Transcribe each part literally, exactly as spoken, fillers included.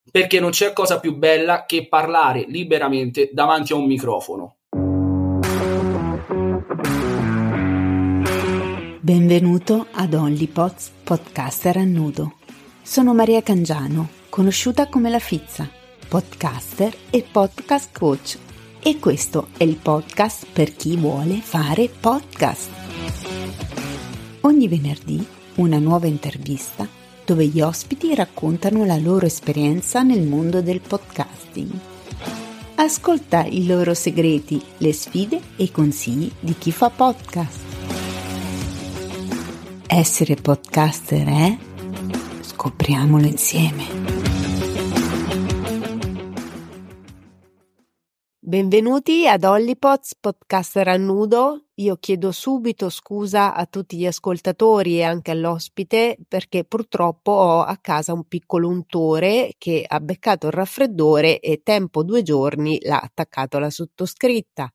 perché non c'è cosa più bella che parlare liberamente davanti a un microfono. Benvenuto ad OnlyPods Podcaster a nudo. Sono Maria Cangiano, conosciuta come La Fizza, podcaster e podcast coach. E questo è il podcast per chi vuole fare podcast. Ogni venerdì una nuova intervista dove gli ospiti raccontano la loro esperienza nel mondo del podcasting. Ascolta i loro segreti, le sfide e i consigli di chi fa podcast. Essere podcaster è? Scopriamolo insieme. Benvenuti ad OnlyPods Podcaster a nudo. Io chiedo subito scusa a tutti gli ascoltatori e anche all'ospite perché purtroppo ho a casa un piccolo untore che ha beccato il raffreddore e tempo due giorni l'ha attaccato alla sottoscritta.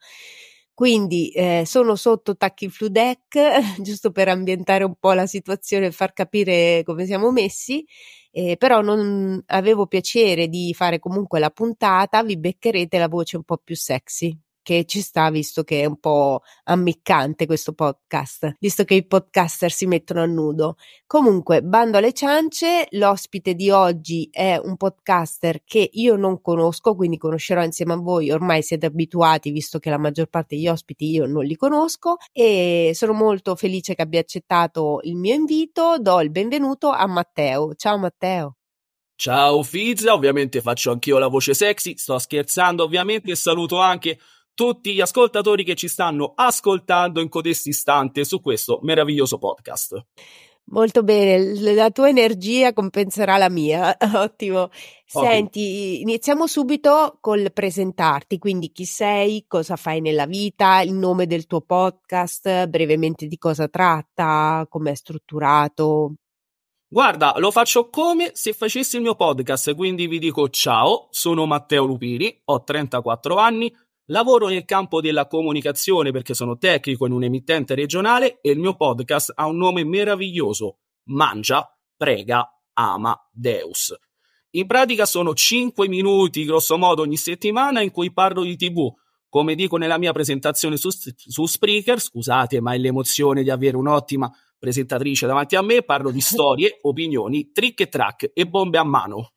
Quindi eh, sono sotto Tachifludeck, giusto per ambientare un po' la situazione e far capire come siamo messi. Eh, però non avevo piacere di fare comunque la puntata, vi beccherete la voce un po' più sexy che ci sta, visto che è un po' ammiccante questo podcast, visto che i podcaster si mettono a nudo. Comunque, bando alle ciance, l'ospite di oggi è un podcaster che io non conosco, quindi conoscerò insieme a voi, ormai siete abituati visto che la maggior parte degli ospiti io non li conosco, e sono molto felice che abbia accettato il mio invito. Do il benvenuto a Matteo. Ciao Matteo. Ciao Fizza, ovviamente faccio anch'io la voce sexy, sto scherzando ovviamente, e saluto anche tutti gli ascoltatori che ci stanno ascoltando in questo istante su questo meraviglioso podcast. Molto bene, la tua energia compenserà la mia. Ottimo. Senti, okay. Iniziamo subito col presentarti, quindi chi sei, cosa fai nella vita, il nome del tuo podcast, brevemente di cosa tratta, com'è strutturato. Guarda, lo faccio come se facessi il mio podcast, quindi vi dico ciao, sono Matteo Lupini, ho trentaquattro anni, lavoro nel campo della comunicazione perché sono tecnico in un emittente regionale e il mio podcast ha un nome meraviglioso: Mangia, Prega, Ama, Deus. In pratica sono cinque minuti grosso modo ogni settimana in cui parlo di tivù. Come dico nella mia presentazione su, su Spreaker, scusate ma è l'emozione di avere un'ottima presentatrice davanti a me, parlo di storie, opinioni, trick e track e bombe a mano.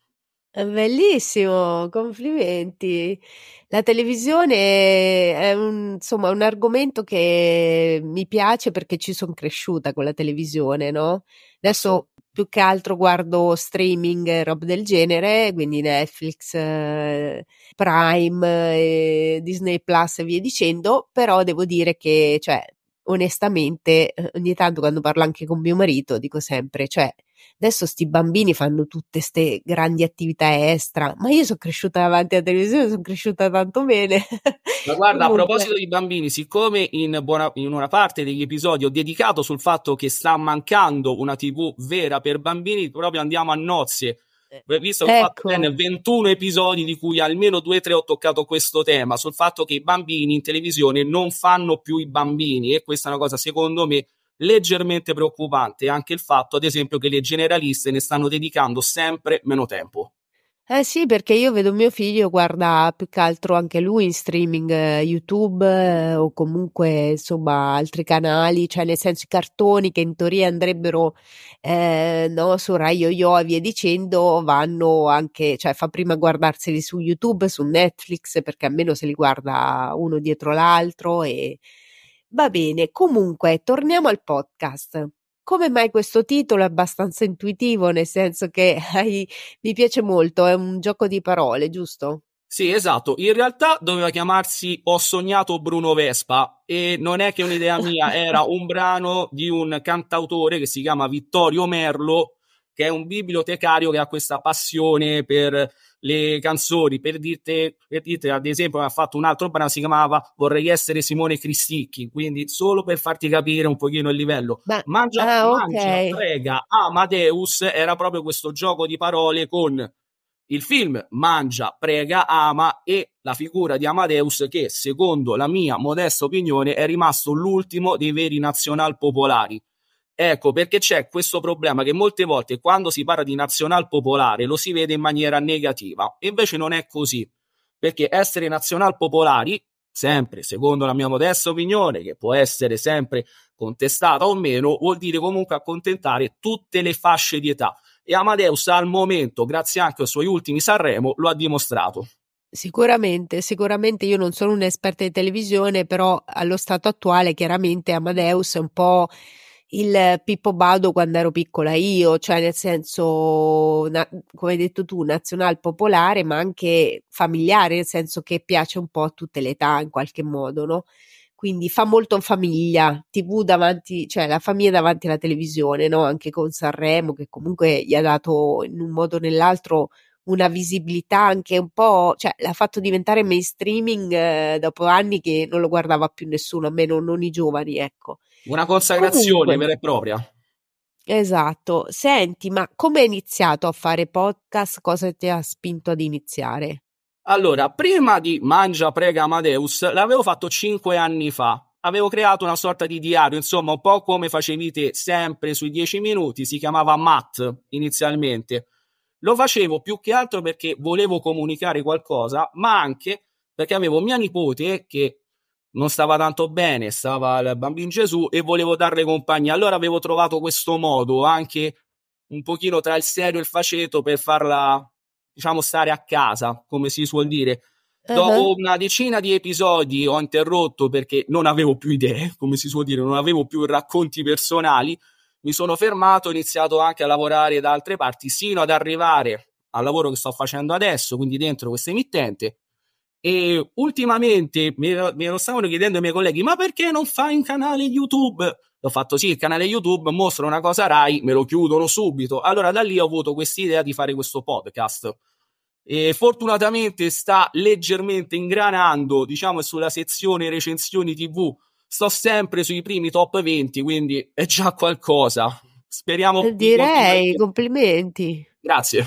Bellissimo, complimenti. La televisione è un, insomma, un argomento che mi piace perché ci sono cresciuta con la televisione, no? Adesso più che altro guardo streaming, roba del genere, quindi Netflix, eh, Prime, eh, Disney Plus e via dicendo, però devo dire che, cioè, onestamente, ogni tanto quando parlo anche con mio marito dico sempre, cioè, adesso sti bambini fanno tutte ste grandi attività extra, ma io sono cresciuta davanti alla televisione, sono cresciuta tanto bene. Ma guarda, comunque, a proposito di bambini, siccome in, buona, in una parte degli episodi ho dedicato sul fatto che sta mancando una tivù vera per bambini, proprio andiamo a nozze. Visto che ho fatto ecco. ventuno episodi di cui almeno due o tre ho toccato questo tema, sul fatto che i bambini in televisione non fanno più i bambini, e questa è una cosa secondo me leggermente preoccupante. Anche il fatto, ad esempio, che le generaliste ne stanno dedicando sempre meno tempo. Eh sì, perché io vedo mio figlio, guarda più che altro anche lui in streaming, eh, YouTube, eh, o comunque insomma altri canali, cioè nel senso i cartoni che in teoria andrebbero eh, no, su Rai Yo-Yo e via dicendo, vanno anche, cioè fa prima guardarseli su YouTube, su Netflix, perché almeno se li guarda uno dietro l'altro. E va bene. Comunque torniamo al podcast. Come mai questo titolo è abbastanza intuitivo, nel senso che hai, mi piace molto, è un gioco di parole, giusto? Sì, esatto. In realtà doveva chiamarsi Ho sognato Bruno Vespa, e non è che un'idea mia, era un brano di un cantautore che si chiama Vittorio Merlo, che è un bibliotecario che ha questa passione per le canzoni. Per dirti, per dirti ad esempio, ha fatto un altro brano, si chiamava Vorrei essere Simone Cristicchi, quindi solo per farti capire un pochino il livello. Ma, Mangia, ah, mangia, ok. prega, Amadeus era proprio questo gioco di parole con il film Mangia, Prega, Ama e la figura di Amadeus, che secondo la mia modesta opinione è rimasto l'ultimo dei veri nazional popolari. Ecco, perché c'è questo problema che molte volte quando si parla di nazional popolare lo si vede in maniera negativa, e invece non è così, perché essere nazional popolari, sempre secondo la mia modesta opinione, che può essere sempre contestata o meno, vuol dire comunque accontentare tutte le fasce di età, e Amadeus al momento, grazie anche ai suoi ultimi Sanremo, lo ha dimostrato. Sicuramente, sicuramente io non sono un'esperta di televisione, però allo stato attuale chiaramente Amadeus è un po' il Pippo Baudo quando ero piccola io, cioè nel senso, na- come hai detto tu, nazional popolare, ma anche familiare, nel senso che piace un po' a tutte le età in qualche modo, no? Quindi fa molto famiglia, T V davanti, cioè la famiglia davanti alla televisione, no? Anche con Sanremo, che comunque gli ha dato in un modo o nell'altro una visibilità anche un po', cioè l'ha fatto diventare mainstreaming eh, dopo anni che non lo guardava più nessuno, almeno non i giovani, ecco. Una consacrazione Comunque, vera e propria. esatto. Senti, ma come hai iniziato a fare podcast? Cosa ti ha spinto ad iniziare? Allora, prima di Mangia Prega Amadeus, l'avevo fatto cinque anni fa. Avevo creato una sorta di diario, insomma, un po' come facevi te, sempre sui dieci minuti, si chiamava Matt inizialmente. Lo facevo più che altro perché volevo comunicare qualcosa, ma anche perché avevo mia nipote che non stava tanto bene, stava il bambino Gesù e volevo darle compagnia. Allora avevo trovato questo modo, anche un pochino tra il serio e il faceto, per farla, diciamo, stare a casa, come si suol dire. Uh-huh. Dopo una decina di episodi ho interrotto perché non avevo più idee, come si suol dire, non avevo più racconti personali. Mi sono fermato, ho iniziato anche a lavorare da altre parti, sino ad arrivare al lavoro che sto facendo adesso, quindi dentro questa emittente. E ultimamente mi, me lo stavano chiedendo i miei colleghi: ma perché non fai un canale YouTube? Ho fatto sì, il canale YouTube mostra una cosa Rai, me lo chiudono subito. Allora da lì ho avuto questa idea di fare questo podcast. E fortunatamente sta leggermente ingranando, diciamo, sulla sezione recensioni T V. Sto sempre sui primi top venti, quindi è già qualcosa. Speriamo di continuare. Direi, complimenti. Grazie.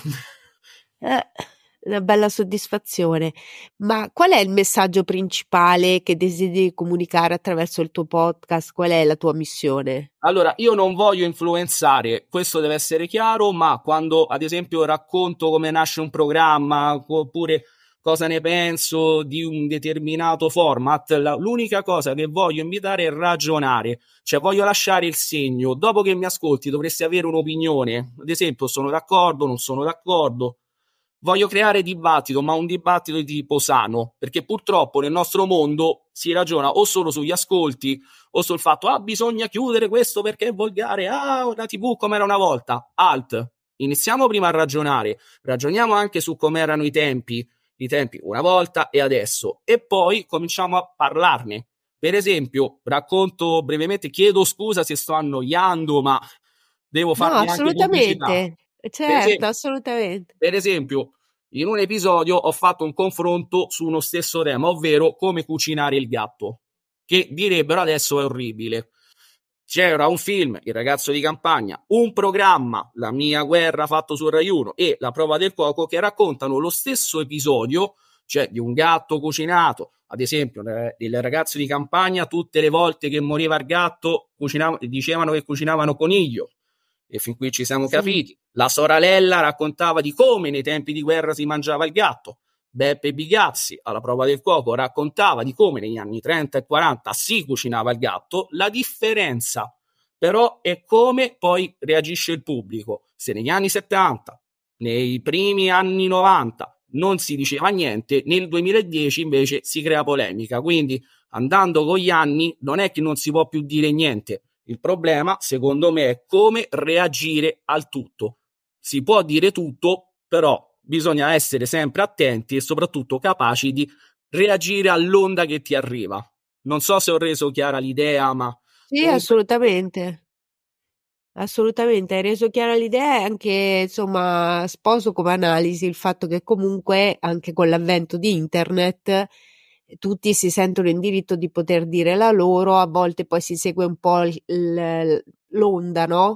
Eh, una bella soddisfazione. Ma qual è il messaggio principale che desideri comunicare attraverso il tuo podcast? Qual è la tua missione? Allora, io non voglio influenzare, questo deve essere chiaro, ma quando ad esempio racconto come nasce un programma oppure cosa ne penso di un determinato format, la, l'unica cosa che voglio invitare è ragionare, cioè voglio lasciare il segno. Dopo che mi ascolti dovresti avere un'opinione, ad esempio sono d'accordo, non sono d'accordo. Voglio creare dibattito, ma un dibattito di tipo sano, perché purtroppo nel nostro mondo si ragiona o solo sugli ascolti o sul fatto: ah, bisogna chiudere questo perché è volgare, ah, la T V come era una volta. Alt, iniziamo prima a ragionare, ragioniamo anche su come erano i tempi, i tempi una volta e adesso, e poi cominciamo a parlarne. Per esempio, racconto brevemente, chiedo scusa se sto annoiando, ma devo No, farmi anche pubblicità. assolutamente. Per Certo, esempio, assolutamente. per esempio, in un episodio ho fatto un confronto su uno stesso tema, ovvero come cucinare il gatto, che direbbero adesso è orribile. C'era un film, Il ragazzo di campagna, un programma, La mia guerra, fatto su Rai uno, e La prova del cuoco, che raccontano lo stesso episodio, cioè di un gatto cucinato. Ad esempio, il ragazzo di campagna, tutte le volte che moriva il gatto, dicevano che cucinavano coniglio. E fin qui ci siamo Sì. capiti. La sorella raccontava di come nei tempi di guerra si mangiava il gatto. Beppe Bigazzi, alla prova del cuoco, raccontava di come negli anni trenta e quaranta si cucinava il gatto. La differenza però è come poi reagisce il pubblico. Se negli anni settanta, nei primi anni novanta non si diceva niente, nel duemiladieci invece si crea polemica. Quindi, andando con gli anni, non è che non si può più dire niente. Il problema, secondo me, è come reagire al tutto. Si può dire tutto, però bisogna essere sempre attenti e soprattutto capaci di reagire all'onda che ti arriva. Non so se ho reso chiara l'idea, ma Sì, comunque assolutamente. Assolutamente, hai reso chiara l'idea e anche, insomma, sposo come analisi il fatto che comunque anche con l'avvento di internet eh, tutti si sentono in diritto di poter dire la loro, a volte poi si segue un po' il- il- l'onda, no?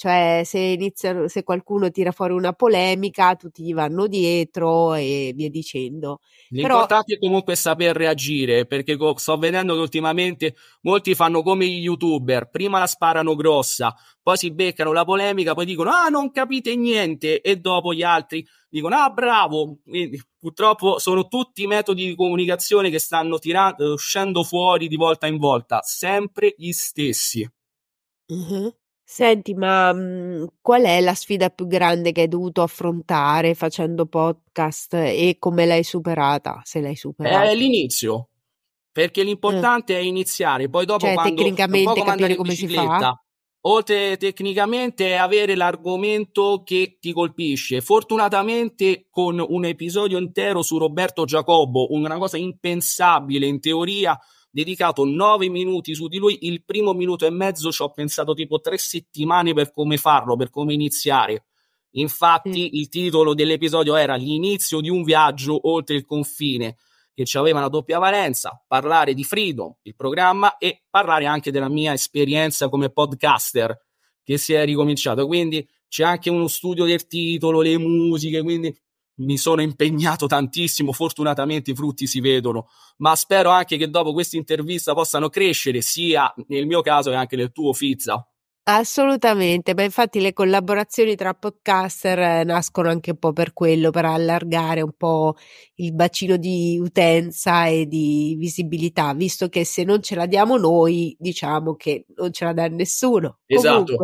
cioè se iniziano, se qualcuno tira fuori una polemica, tutti gli vanno dietro e via dicendo. Però L'importante è comunque saper reagire, perché co- sto vedendo che ultimamente molti fanno come gli youtuber, prima la sparano grossa, poi si beccano la polemica, poi dicono ah non capite niente e dopo gli altri dicono ah bravo. Quindi, purtroppo sono tutti metodi di comunicazione che stanno tirando, uscendo fuori di volta in volta, sempre gli stessi. Mhm. Senti, ma mh, qual è la sfida più grande che hai dovuto affrontare facendo podcast e come l'hai superata, se l'hai È superata? l'inizio. Perché Eh, l'importante è iniziare, poi dopo cioè, quando è un po' tecnicamente come andare capire in come si fa? bicicletta, oltre tecnicamente è avere l'argomento che ti colpisce. Fortunatamente con un episodio intero su Roberto Giacobbo, una cosa impensabile in teoria, dedicato nove minuti su di lui, il primo minuto e mezzo ci ho pensato tipo tre settimane per come farlo, per come iniziare. Sì. Infatti il titolo dell'episodio era L'inizio di un viaggio oltre il confine, che ci aveva una doppia valenza, parlare di Freedom, il programma, e parlare anche della mia esperienza come podcaster, che si è ricominciato. Quindi c'è anche uno studio del titolo, le musiche, quindi mi sono impegnato tantissimo, fortunatamente i frutti si vedono, ma spero anche che dopo questa intervista possano crescere, sia nel mio caso che anche nel tuo, Fizza. Assolutamente, ma infatti le collaborazioni tra podcaster eh, nascono anche un po' per quello, per allargare un po' il bacino di utenza e di visibilità, visto che se non ce la diamo noi, diciamo che non ce la dà nessuno. Esatto. Comunque,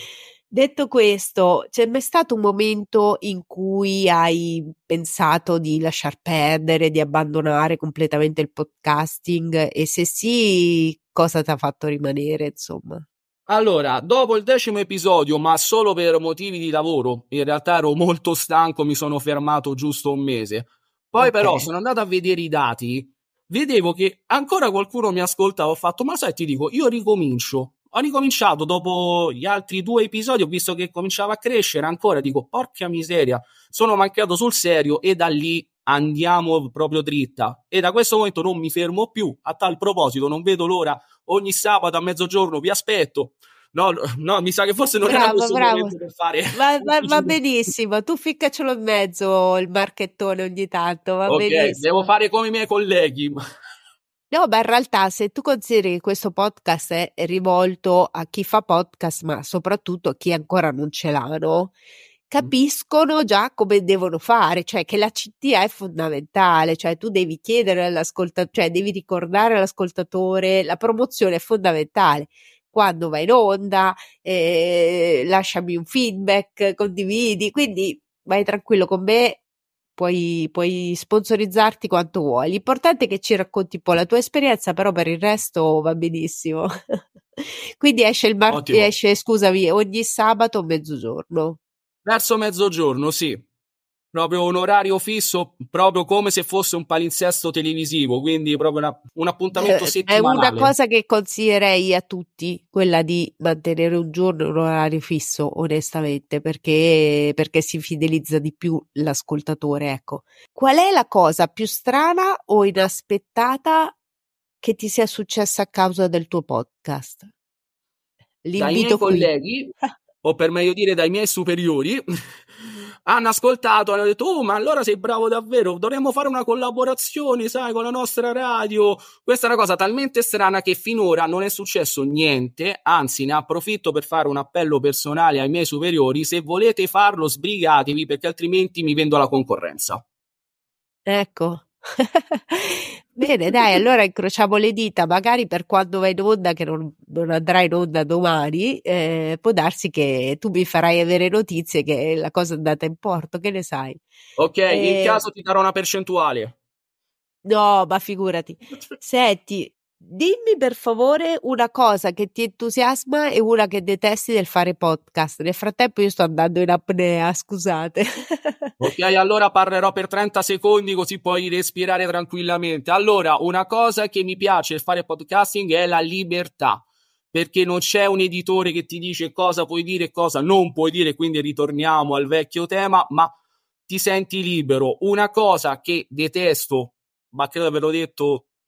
detto questo, c'è mai stato un momento in cui hai pensato di lasciar perdere, di abbandonare completamente il podcasting? E se sì, cosa ti ha fatto rimanere, insomma? Allora, dopo il decimo episodio, ma solo per motivi di lavoro, in realtà ero molto stanco, mi sono fermato giusto un mese. Poi Ok. però sono andato a vedere i dati, vedevo che ancora qualcuno mi ascoltava, ho fatto, ma sai, ti dico, io ricomincio. Ho ricominciato dopo gli altri due episodi, ho visto che cominciava a crescere ancora, dico, porca miseria, sono mancato sul serio e da lì andiamo proprio dritta. E da questo momento non mi fermo più. A tal proposito, non vedo l'ora, ogni sabato a mezzogiorno vi aspetto. No, no, mi sa che forse non era Bravo, questo il bravo. momento per fare Va, va- un va giro. benissimo. Tu ficcacelo in mezzo il marchettone ogni tanto, va Ok, devo benissimo. fare come i miei colleghi. No, ma in realtà se tu consideri che questo podcast è è rivolto a chi fa podcast, ma soprattutto a chi ancora non ce l'ha, no? Capiscono già come devono fare, cioè che la C T A è fondamentale, cioè tu devi chiedere all'ascoltatore, cioè devi ricordare all'ascoltatore, la promozione è fondamentale. Quando vai in onda, eh, lasciami un feedback, condividi, quindi vai tranquillo con me. Puoi, puoi sponsorizzarti quanto vuoi. L'importante è che ci racconti un po' la tua esperienza, però per il resto va benissimo. Quindi esce il mar- Ottimo. esce, scusami, ogni sabato a mezzogiorno. Verso mezzogiorno, sì. Proprio un orario fisso, proprio come se fosse un palinsesto televisivo, quindi proprio una- un appuntamento Eh, È una settimanale. cosa che consiglierei a tutti, quella di mantenere un giorno e un orario fisso, onestamente, perché, perché si fidelizza di più l'ascoltatore, ecco. Qual è la cosa più strana o inaspettata che ti sia successa a causa del tuo podcast? Dai miei L'invito qui. colleghi, o per meglio dire dai miei superiori, hanno ascoltato, hanno detto, oh, ma allora sei bravo davvero, dovremmo fare una collaborazione, sai, con la nostra radio. Questa è una cosa talmente strana che finora non è successo niente, anzi ne approfitto per fare un appello personale ai miei superiori, se volete farlo sbrigatevi perché altrimenti mi vendo alla concorrenza. Ecco. Bene, dai, allora incrociamo le dita, magari per quando vai in onda, che non, non andrai in onda domani, eh, può darsi che tu mi farai avere notizie che la cosa è andata in porto, che ne sai? Ok, in Eh, caso ti darò una percentuale. no, ma figurati. Senti, dimmi per favore una cosa che ti entusiasma e una che detesti del fare podcast. Nel frattempo io sto andando in apnea, scusate. Ok, allora parlerò per trenta secondi così puoi respirare tranquillamente. Allora, una cosa che mi piace del fare podcasting è la libertà, perché non c'è un editore che ti dice cosa puoi dire e cosa non puoi dire, quindi ritorniamo al vecchio tema, ma ti senti libero. Una cosa che detesto, ma credo averlo detto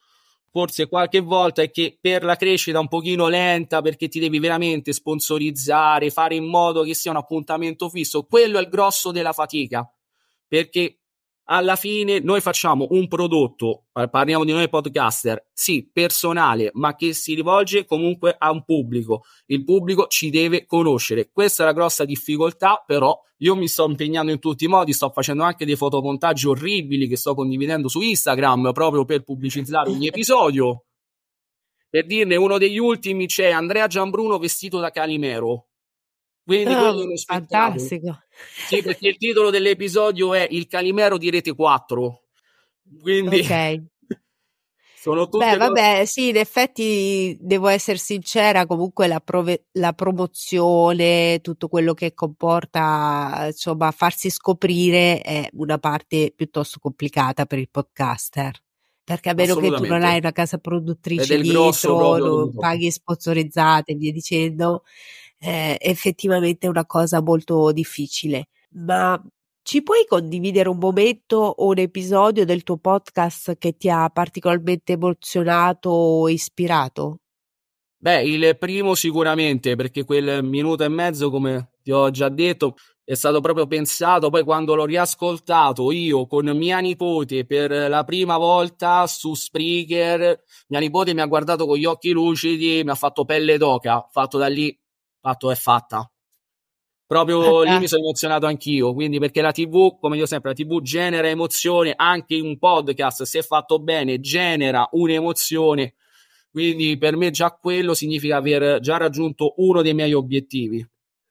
forse qualche volta è che per la crescita un pochino lenta, perché ti devi veramente sponsorizzare, fare in modo che sia un appuntamento fisso, quello è il grosso della fatica, perché alla fine noi facciamo un prodotto, parliamo di noi podcaster, sì, personale, ma che si rivolge comunque a un pubblico. Il pubblico ci deve conoscere. Questa è la grossa difficoltà, però io mi sto impegnando in tutti i modi, sto facendo anche dei fotomontaggi orribili che sto condividendo su Instagram proprio per pubblicizzare ogni episodio. Per dirne uno degli ultimi c'è Andrea Gianbruno vestito da Calimero. Quindi Oh, quello è uno spettacolo. fantastico. Sì, perché il titolo dell'episodio è Il Calimero di Rete quattro. Quindi Ok. sono Beh, tutte cose. vabbè, sì, in effetti devo essere sincera, comunque la, prove- la promozione, tutto quello che comporta, insomma, farsi scoprire è una parte piuttosto complicata per il podcaster. Perché a meno che tu non hai Assolutamente. una casa Ed produttrice è il grosso dietro, proprio non dovuto. paghi sponsorizzate e via dicendo, eh, effettivamente è una cosa molto difficile. Ma ci puoi condividere un momento o un episodio del tuo podcast che ti ha particolarmente emozionato o ispirato? Beh, il primo sicuramente, perché quel minuto e mezzo, come ti ho già detto, è stato proprio pensato. Poi quando l'ho riascoltato io con mia nipote per la prima volta su Spreaker, mia nipote mi ha guardato con gli occhi lucidi, mi ha fatto pelle d'oca, fatto da lì, fatto è fatta. Proprio lì mi sono emozionato anch'io, quindi perché la tivù, come io sempre, la tivù genera emozione, anche un podcast, se fatto bene, genera un'emozione, quindi per me già quello significa aver già raggiunto uno dei miei obiettivi.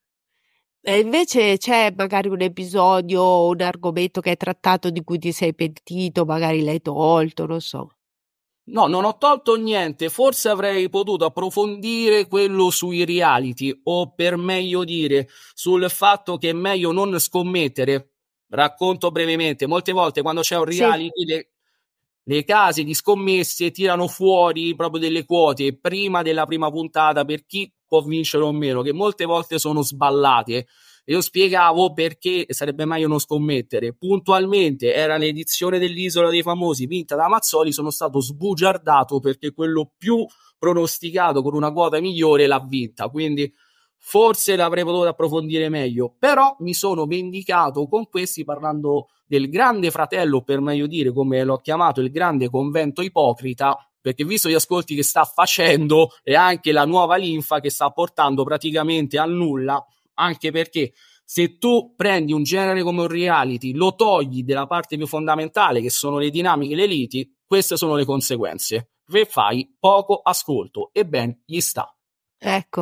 E invece c'è magari un episodio o un argomento che hai trattato di cui ti sei pentito, magari l'hai tolto, non so. No, non ho tolto niente, forse avrei potuto approfondire quello sui reality, o per meglio dire, sul fatto che è meglio non scommettere. Racconto brevemente, molte volte quando c'è un Sì. reality le, le case di scommesse tirano fuori proprio delle quote prima della prima puntata per chi può vincere o meno, che molte volte sono sballate. Io spiegavo perché sarebbe meglio non scommettere. Puntualmente era l'edizione dell'Isola dei Famosi vinta da Mazzoli, sono stato sbugiardato perché quello più pronosticato con una quota migliore l'ha vinta, quindi forse l'avrei potuto approfondire meglio, però mi sono vendicato con questi parlando del grande fratello, per meglio dire, come l'ho chiamato, il grande convento ipocrita, perché visto gli ascolti che sta facendo e anche la nuova linfa che sta portando praticamente al nulla, anche perché se tu prendi un genere come un reality, lo togli della parte più fondamentale che sono le dinamiche, le liti, queste sono le conseguenze. Ve fai poco ascolto e ben gli sta. Ecco.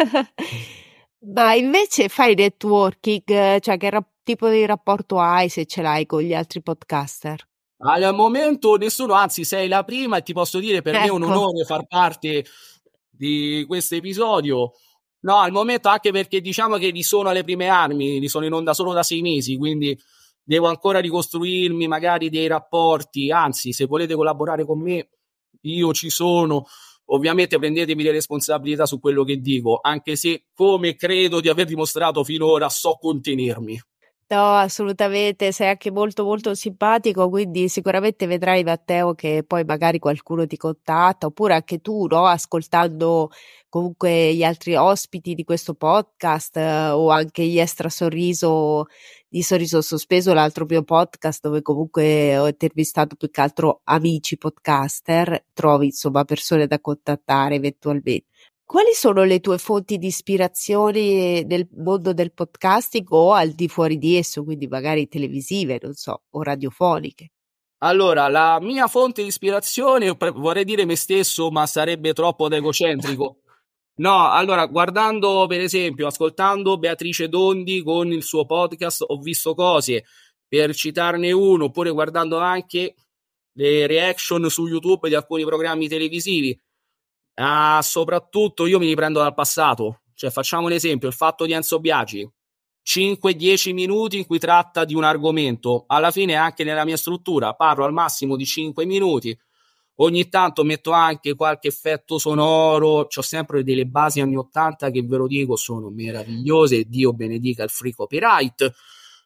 Ma invece fai networking, eh, cioè che rap- tipo di rapporto hai se ce l'hai con gli altri podcaster? Al momento nessuno, anzi sei la prima e ti posso dire per me è un Ecco, onore far parte di questo episodio. No, al momento anche perché diciamo che li sono alle prime armi, li sono in onda solo da sei mesi, quindi devo ancora ricostruirmi magari dei rapporti, anzi se volete collaborare con me io ci sono, ovviamente prendetevi le responsabilità su quello che dico, anche se come credo di aver dimostrato finora so contenermi. no, assolutamente, sei anche molto molto simpatico, quindi sicuramente vedrai Matteo che poi magari qualcuno ti contatta, oppure anche tu, no? Ascoltando comunque gli altri ospiti di questo podcast, eh, o anche gli extra sorriso di Sorriso Sospeso, l'altro mio podcast dove comunque ho intervistato più che altro amici podcaster, trovi insomma persone da contattare eventualmente. Quali sono le tue fonti di ispirazione nel mondo del podcasting o al di fuori di esso, quindi magari televisive, non so, o radiofoniche? Allora, la mia fonte di ispirazione, pre- vorrei dire me stesso, ma sarebbe troppo egocentrico. No, allora, guardando per esempio, ascoltando Beatrice Dondi con il suo podcast, ho visto cose, per citarne uno, oppure guardando anche le reaction su YouTube di alcuni programmi televisivi. Ah, soprattutto io mi riprendo dal passato, cioè facciamo un esempio, il fatto di Enzo Biagi, cinque dieci minuti in cui tratta di un argomento, alla fine anche nella mia struttura parlo al massimo di cinque minuti, ogni tanto metto anche qualche effetto sonoro, c'ho sempre delle basi anni ottanta che ve lo dico sono meravigliose, Dio benedica il free copyright,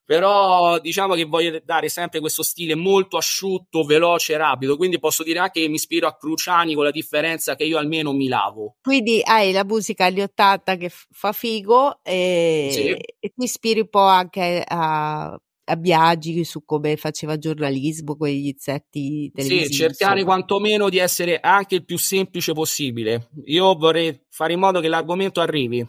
però diciamo che voglio dare sempre questo stile molto asciutto, veloce e rapido, quindi posso dire anche che mi ispiro a Cruciani, con la differenza che io almeno mi lavo. Quindi hai la musica anni ottanta che f- fa figo Sì, e, e ti ispiri un po' anche a, a Biagi su come faceva giornalismo, quegli insetti sì, televisivi, cercare insomma. quantomeno di essere anche il più semplice possibile. Io vorrei fare in modo che l'argomento arrivi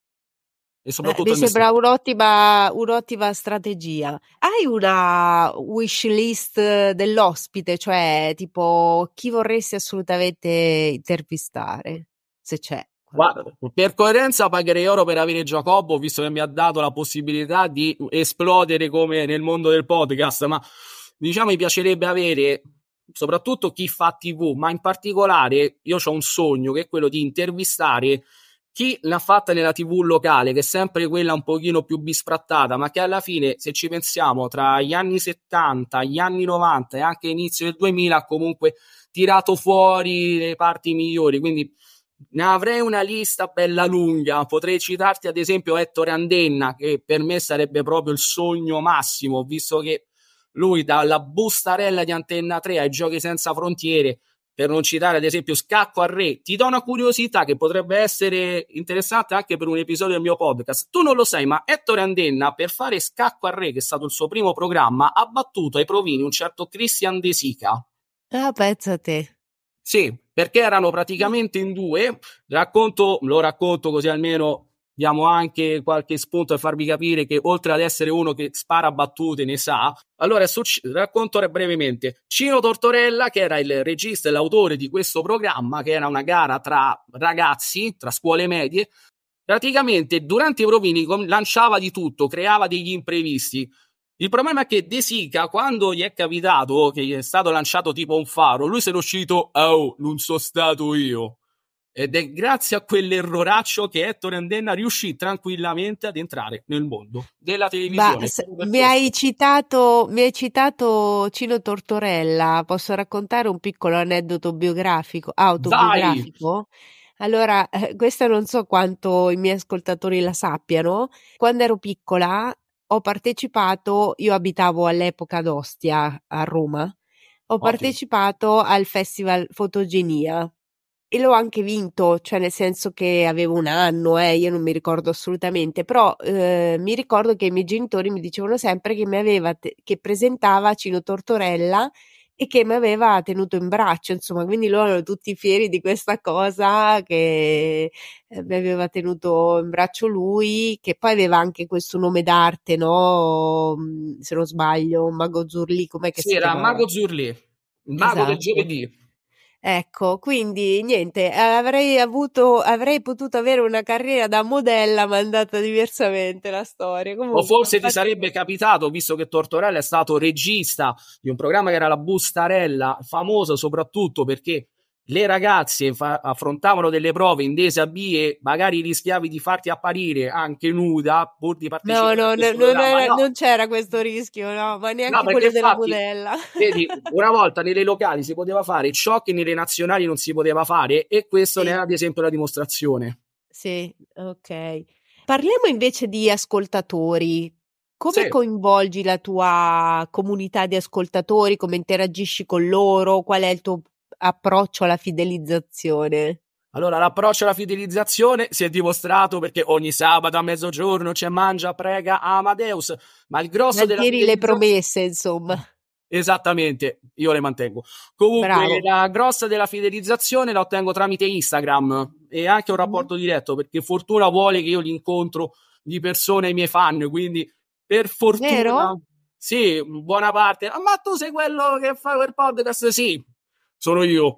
e Eh, soprattutto mi il sembra messaggio. un'ottima, un'ottima strategia. Hai una wish list dell'ospite, cioè tipo chi vorresti assolutamente intervistare, se c'è Guarda, qualcuno. per coerenza pagherei oro per avere Giacobbo, visto che mi ha dato la possibilità di esplodere come nel mondo del podcast, ma diciamo mi piacerebbe avere soprattutto chi fa T V, ma in particolare io ho un sogno che è quello di intervistare chi l'ha fatta nella T V locale, che è sempre quella un pochino più bisfrattata, ma che alla fine, se ci pensiamo, tra gli anni settanta, gli anni novanta e anche inizio del duemila, ha comunque tirato fuori le parti migliori, quindi ne avrei una lista bella lunga. Potrei citarti ad esempio Ettore Andenna, che per me sarebbe proprio il sogno massimo, visto che lui dalla bustarella di Antenna tre ai Giochi Senza Frontiere, per non citare ad esempio Scacco a Re, ti do una curiosità che potrebbe essere interessante anche per un episodio del mio podcast. Tu non lo sai, ma Ettore Andenna, per fare Scacco a Re, che è stato il suo primo programma, ha battuto ai provini un certo Christian De Sica. Ah, pensa a te. Sì, perché erano praticamente in due. Racconto, lo racconto così almeno diamo anche qualche spunto per farvi capire che oltre ad essere uno che spara battute ne sa. Allora, su, racconto brevemente. Cino Tortorella, che era il regista e l'autore di questo programma, che era una gara tra ragazzi, tra scuole medie, praticamente durante i provini lanciava di tutto, creava degli imprevisti. Il problema è che De Sica, quando gli è capitato che gli è stato lanciato tipo un faro, lui si è uscito, oh, non sono stato io. Ed è grazie a quell'erroraccio che Ettore Andenna riuscì tranquillamente ad entrare nel mondo della Ma televisione. s- Proprio per mi hai questo. citato, mi hai citato Cino Tortorella, posso raccontare un piccolo aneddoto biografico, Vai! autobiografico? Allora, eh, questa non so quanto i miei ascoltatori la sappiano. Quando ero piccola ho partecipato, io abitavo all'epoca ad Ostia, a Roma, ho Ottimo. partecipato al Festival Fotogenia. E l'ho anche vinto, cioè nel senso che avevo un anno, eh, io non mi ricordo assolutamente, però eh, mi ricordo che i miei genitori mi dicevano sempre che mi aveva te- che presentava Cino Tortorella e che mi aveva tenuto in braccio, insomma, quindi loro erano tutti fieri di questa cosa che eh, mi aveva tenuto in braccio lui, che poi aveva anche questo nome d'arte, no? Mm, Se non sbaglio, Mago Zurli, com'è che Sì, si era chiamava? Mago Zurli, il mago del Esatto. giovedì. Ecco, quindi niente, avrei avuto, avrei potuto avere una carriera da modella, ma è andata diversamente la storia. O Comunque, forse ti infatti, sarebbe capitato, visto che Tortorella è stato regista di un programma che era La Bustarella, famoso soprattutto perché le ragazze fa- affrontavano delle prove in desabì e magari rischiavi di farti apparire anche nuda pur di no, partecipare a no, no, questo non programma. era- No, non c'era questo rischio, no, ma no, neanche perché quello della infatti, modella. vedi, una volta nelle locali si poteva fare ciò che nelle nazionali non si poteva fare e questo ne è Sì, ad esempio la dimostrazione. sì, ok. Parliamo invece di ascoltatori. Come Sì. coinvolgi la tua comunità di ascoltatori? Come interagisci con loro? Qual è il tuo approccio alla fidelizzazione? Allora, l'approccio alla fidelizzazione si è dimostrato perché ogni sabato a mezzogiorno c'è Mangia, Prega, Amadeus, ma il grosso della Mantieni le fidelizzazione... promesse, insomma. Esattamente, io le mantengo. Comunque, Bravo. la grossa della fidelizzazione la ottengo tramite Instagram e anche un Mhm. rapporto diretto, perché fortuna vuole che io li incontro di persona ai miei fan, quindi per Vero? fortuna, sì, buona parte. "Ah, ma tu sei quello che fa quel podcast?" Sì, sono io.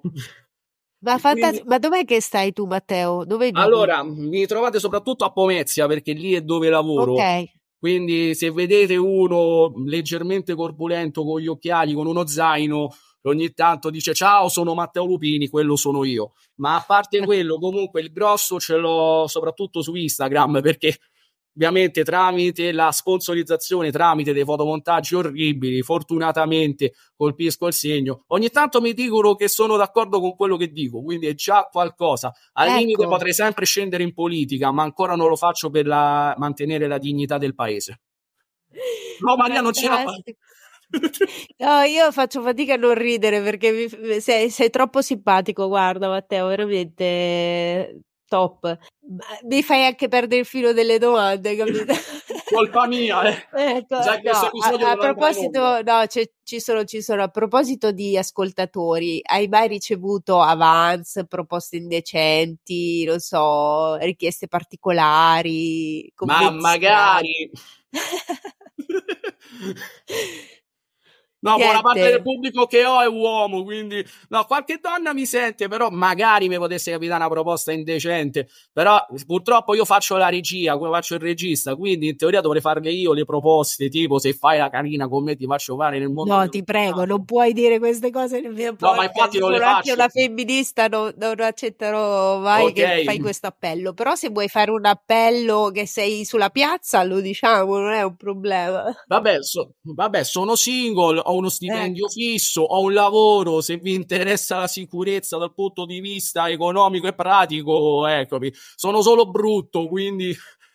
Ma, Quindi fantas- ma dov'è che stai tu, Matteo? Dove vivi? allora, mi trovate soprattutto a Pomezia perché lì è dove Ok. lavoro. Quindi se vedete uno leggermente corpulento con gli occhiali, con uno zaino, che ogni tanto dice ciao, sono Matteo Lupini, quello sono io. Ma a parte quello, comunque il grosso ce l'ho soprattutto su Instagram perché ovviamente tramite la sponsorizzazione, tramite dei fotomontaggi orribili, fortunatamente colpisco il segno. Ogni tanto mi dicono che sono d'accordo con quello che dico, quindi è già qualcosa. Al limite Ecco. potrei sempre scendere in politica, ma ancora non lo faccio per la- mantenere la dignità del paese. No, Maria, non ce la fa. Fantastico. No, io faccio fatica a non ridere perché mi- sei, sei troppo simpatico, guarda Matteo, veramente top. Ma mi fai anche perdere il filo delle domande, capito? Colpa mia, eh. Ecco, Sai che no, questo a, episodio a dovrà andare in onda. proposito, no, c'è- ci sono, ci sono, a proposito di ascoltatori, hai mai ricevuto avance, proposte indecenti, non so, richieste particolari, Ma commenti strani? magari. No, buona parte del Niente. pubblico che ho è uomo, quindi no, qualche donna mi sente, però magari mi potesse capitare una proposta indecente. Però purtroppo io faccio la regia, come faccio il regista, quindi in teoria dovrei farle io le proposte, tipo se fai la carina con me ti faccio fare nel mondo No, dello ti prego, non spettacolo. puoi dire queste cose nel mio No, ma infatti podcast. non le Sono anche faccio. una femminista, no- non accetterò mai Ok. che fai questo appello. Però se vuoi fare un appello che sei sulla piazza, lo diciamo, non è un problema. Vabbè, so- vabbè, sono single, ho uno stipendio Ecco. fisso, ho un lavoro, se vi interessa la sicurezza dal punto di vista economico e pratico, eccomi, sono solo brutto, quindi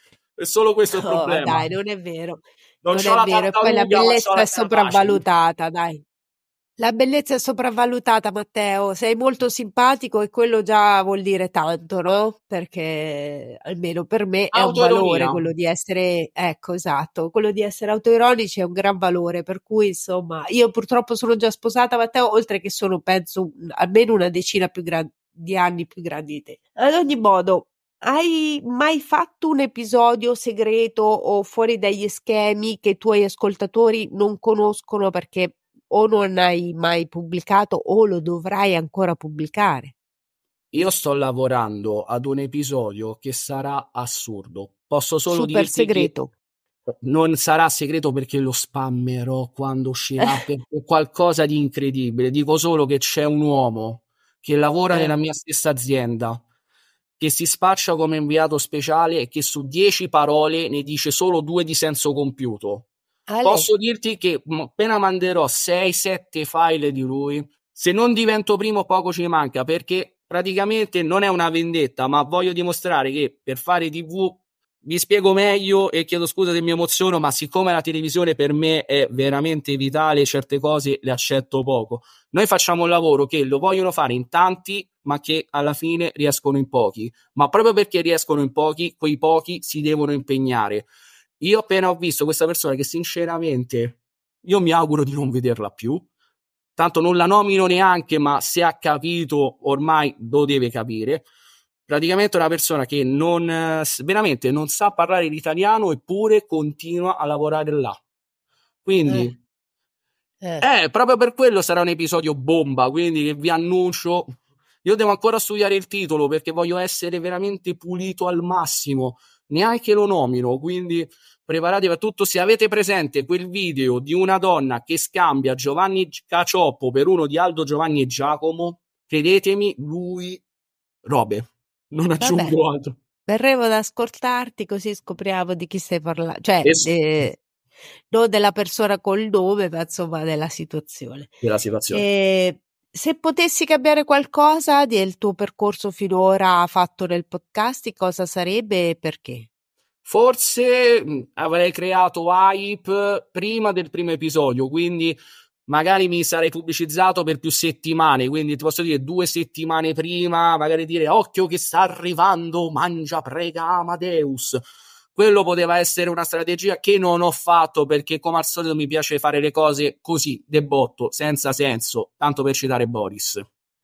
è solo questo il No, problema. dai, non è vero. Non Non c'ho è la vero. E poi la tartaruga, ma c'ho bellezza la è Carapace. sopravvalutata, dai. La bellezza è sopravvalutata, Matteo. Sei molto simpatico e quello già vuol dire tanto, no? Perché almeno per me è un valore Autoironia. quello di essere, ecco, esatto, quello di essere autoironici è un gran valore. Per cui, insomma, io purtroppo sono già sposata, Matteo, oltre che sono, penso, un- almeno una decina più gran- di anni più grandi di te. Ad ogni modo, hai mai fatto un episodio segreto o fuori dagli schemi che i tuoi ascoltatori non conoscono perché o non hai mai pubblicato o lo dovrai ancora pubblicare? Io sto lavorando ad un episodio che sarà assurdo. Posso solo Super dirti che segreto. non sarà segreto perché lo spammerò quando uscirà, perché è qualcosa di incredibile. Dico solo che c'è un uomo che lavora Eh, nella mia stessa azienda, che si spaccia come inviato speciale e che su dieci parole ne dice solo due di senso compiuto. Ale, Posso dirti che m- appena manderò sei sette file di lui, se non divento primo poco ci manca, perché praticamente non è una vendetta, ma voglio dimostrare che per fare T V vi spiego meglio e chiedo scusa se mi emoziono, ma siccome la televisione per me è veramente vitale, certe cose le accetto poco. Noi facciamo un lavoro che lo vogliono fare in tanti, ma che alla fine riescono in pochi. Ma proprio perché riescono in pochi, quei pochi si devono impegnare. Io appena ho visto questa persona che sinceramente io mi auguro di non vederla più. Tanto non la nomino neanche, ma se ha capito ormai lo deve capire. Praticamente è una persona che non eh, veramente non sa parlare l'italiano eppure continua a lavorare là. eh, Quindi eh. eh, proprio per quello sarà un episodio bomba, quindi che vi annuncio. Io devo ancora studiare il titolo perché voglio essere veramente pulito al massimo. Neanche lo nomino, quindi preparatevi a tutto. Se avete presente quel video di una donna che scambia Giovanni Cacioppo per uno di Aldo Giovanni e Giacomo, credetemi, lui robe. Non Vabbè, aggiungo altro. verremo ad ascoltarti così scopriamo di chi stai parlando, cioè Es- eh, non della persona col nome, ma insomma della situazione. della situazione. E se potessi cambiare qualcosa del tuo percorso finora fatto nel podcast, cosa sarebbe e perché? Forse mh, avrei creato hype prima del primo episodio, quindi magari mi sarei pubblicizzato per più settimane, quindi ti posso dire due settimane prima, magari dire occhio che sta arrivando, mangia prega Amadeus. Quello poteva essere una strategia che non ho fatto perché come al solito mi piace fare le cose così, de botto, senza senso, tanto per citare Boris.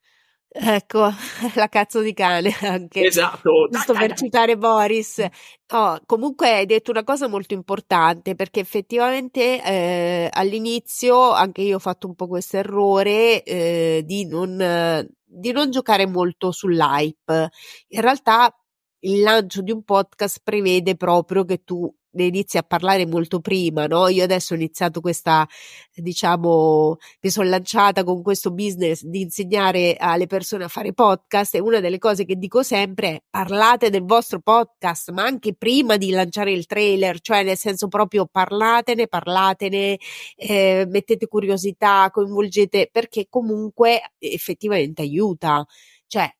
Ecco, la cazzo di cane anche, Esatto, dai, giusto dai, per dai. citare Boris. No, comunque hai detto una cosa molto importante perché effettivamente eh, all'inizio anche io ho fatto un po' questo errore eh, di non, eh, di non giocare molto sull'hype. In realtà il lancio di un podcast prevede proprio che tu ne inizi a parlare molto prima, no? Io adesso ho iniziato questa, diciamo, mi sono lanciata con questo business di insegnare alle persone a fare podcast e una delle cose che dico sempre è parlate del vostro podcast, ma anche prima di lanciare il trailer, cioè nel senso proprio parlatene, parlatene, eh, mettete curiosità, coinvolgete, perché comunque effettivamente aiuta. Cioè,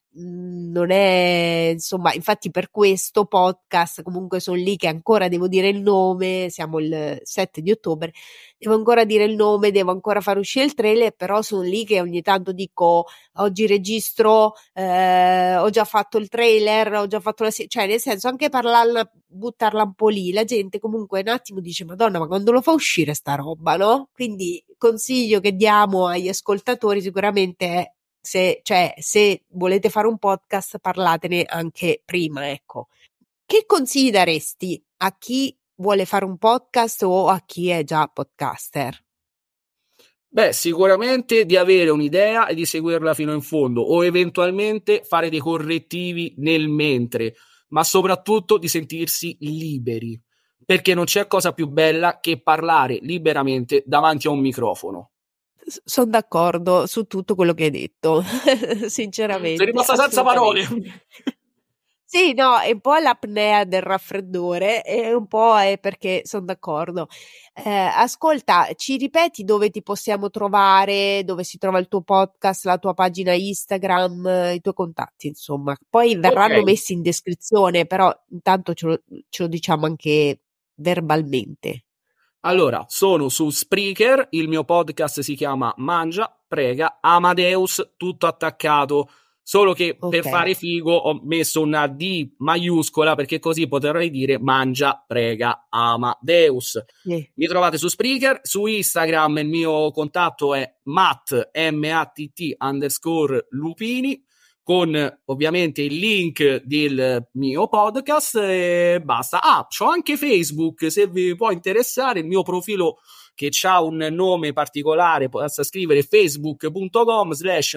non è, insomma, infatti per questo podcast comunque sono lì che ancora devo dire il nome, siamo il sette di ottobre, devo ancora dire il nome, devo ancora far uscire il trailer, però sono lì che ogni tanto dico oggi registro, eh, ho già fatto il trailer, ho già fatto la, cioè nel senso anche parlarla, buttarla un po' lì, la gente comunque un attimo dice Madonna, ma quando lo fa uscire sta roba, no? Quindi consiglio che diamo agli ascoltatori sicuramente è Se, cioè, se volete fare un podcast, parlatene anche prima, ecco. Che consigli daresti a chi vuole fare un podcast o a chi è già podcaster? Beh, sicuramente di avere un'idea e di seguirla fino in fondo, o eventualmente fare dei correttivi nel mentre, ma soprattutto di sentirsi liberi, perché non c'è cosa più bella che parlare liberamente davanti a un microfono. Sono d'accordo su tutto quello che hai detto, sinceramente. Sei rimasta senza parole. Sì, no, è un po' l'apnea del raffreddore e un po' è perché sono d'accordo. Eh, ascolta, ci ripeti dove ti possiamo trovare, dove si trova il tuo podcast, la tua pagina Instagram, i tuoi contatti, insomma. Poi verranno Okay. messi in descrizione, però intanto ce lo, ce lo diciamo anche verbalmente. Allora, sono su Spreaker, il mio podcast si chiama Mangia, Prega, Amadeus, tutto attaccato, solo che Ok. per fare figo ho messo una D maiuscola perché così potrei dire Mangia, Prega, Amadeus. Sì. Mi trovate su Spreaker, su Instagram il mio contatto è matt, M-A-T-T underscore Lupini, con ovviamente il link del mio podcast e basta. Ah, c'ho anche Facebook, se vi può interessare, il mio profilo che ha un nome particolare, basta scrivere facebook.com slash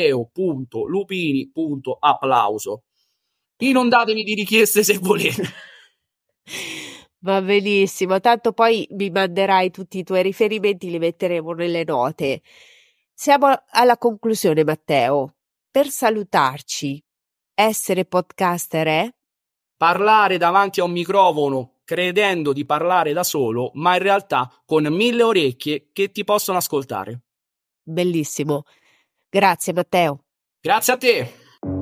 matteo.lupini.applauso. Inondatevi di richieste se volete. Va benissimo, tanto poi mi manderai tutti i tuoi riferimenti, li metteremo nelle note. Siamo alla conclusione, Matteo. Per salutarci, essere podcaster è? Parlare davanti a un microfono credendo di parlare da solo, ma in realtà con mille orecchie che ti possono ascoltare. Bellissimo. Grazie, Matteo. Grazie a te.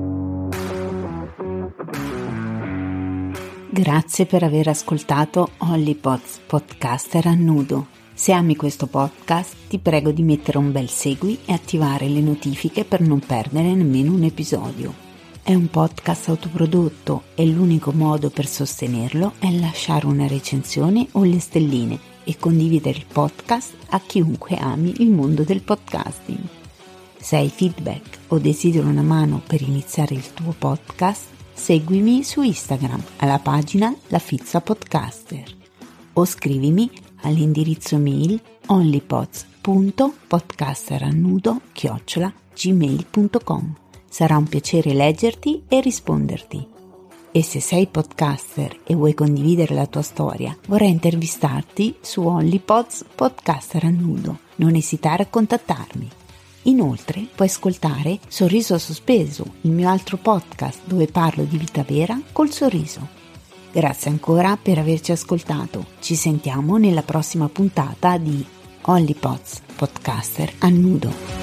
Grazie per aver ascoltato Hollypods Podcaster a nudo. Se ami questo podcast, ti prego di mettere un bel segui e attivare le notifiche per non perdere nemmeno un episodio. È un podcast autoprodotto e l'unico modo per sostenerlo è lasciare una recensione o le stelline e condividere il podcast a chiunque ami il mondo del podcasting. Se hai feedback o desideri una mano per iniziare il tuo podcast, seguimi su Instagram alla pagina La Fizza Podcaster o scrivimi all'indirizzo mail onlypods punto podcasterannudo chiocciola gmail punto com. Sarà un piacere leggerti e risponderti. E se sei podcaster e vuoi condividere la tua storia, vorrei intervistarti su Hollypods Podcaster a nudo. Non esitare a contattarmi. Inoltre puoi ascoltare Sorriso Sospeso, il mio altro podcast dove parlo di vita vera col sorriso. Grazie ancora per averci ascoltato. Ci sentiamo nella prossima puntata di Hollypods Podcaster a nudo.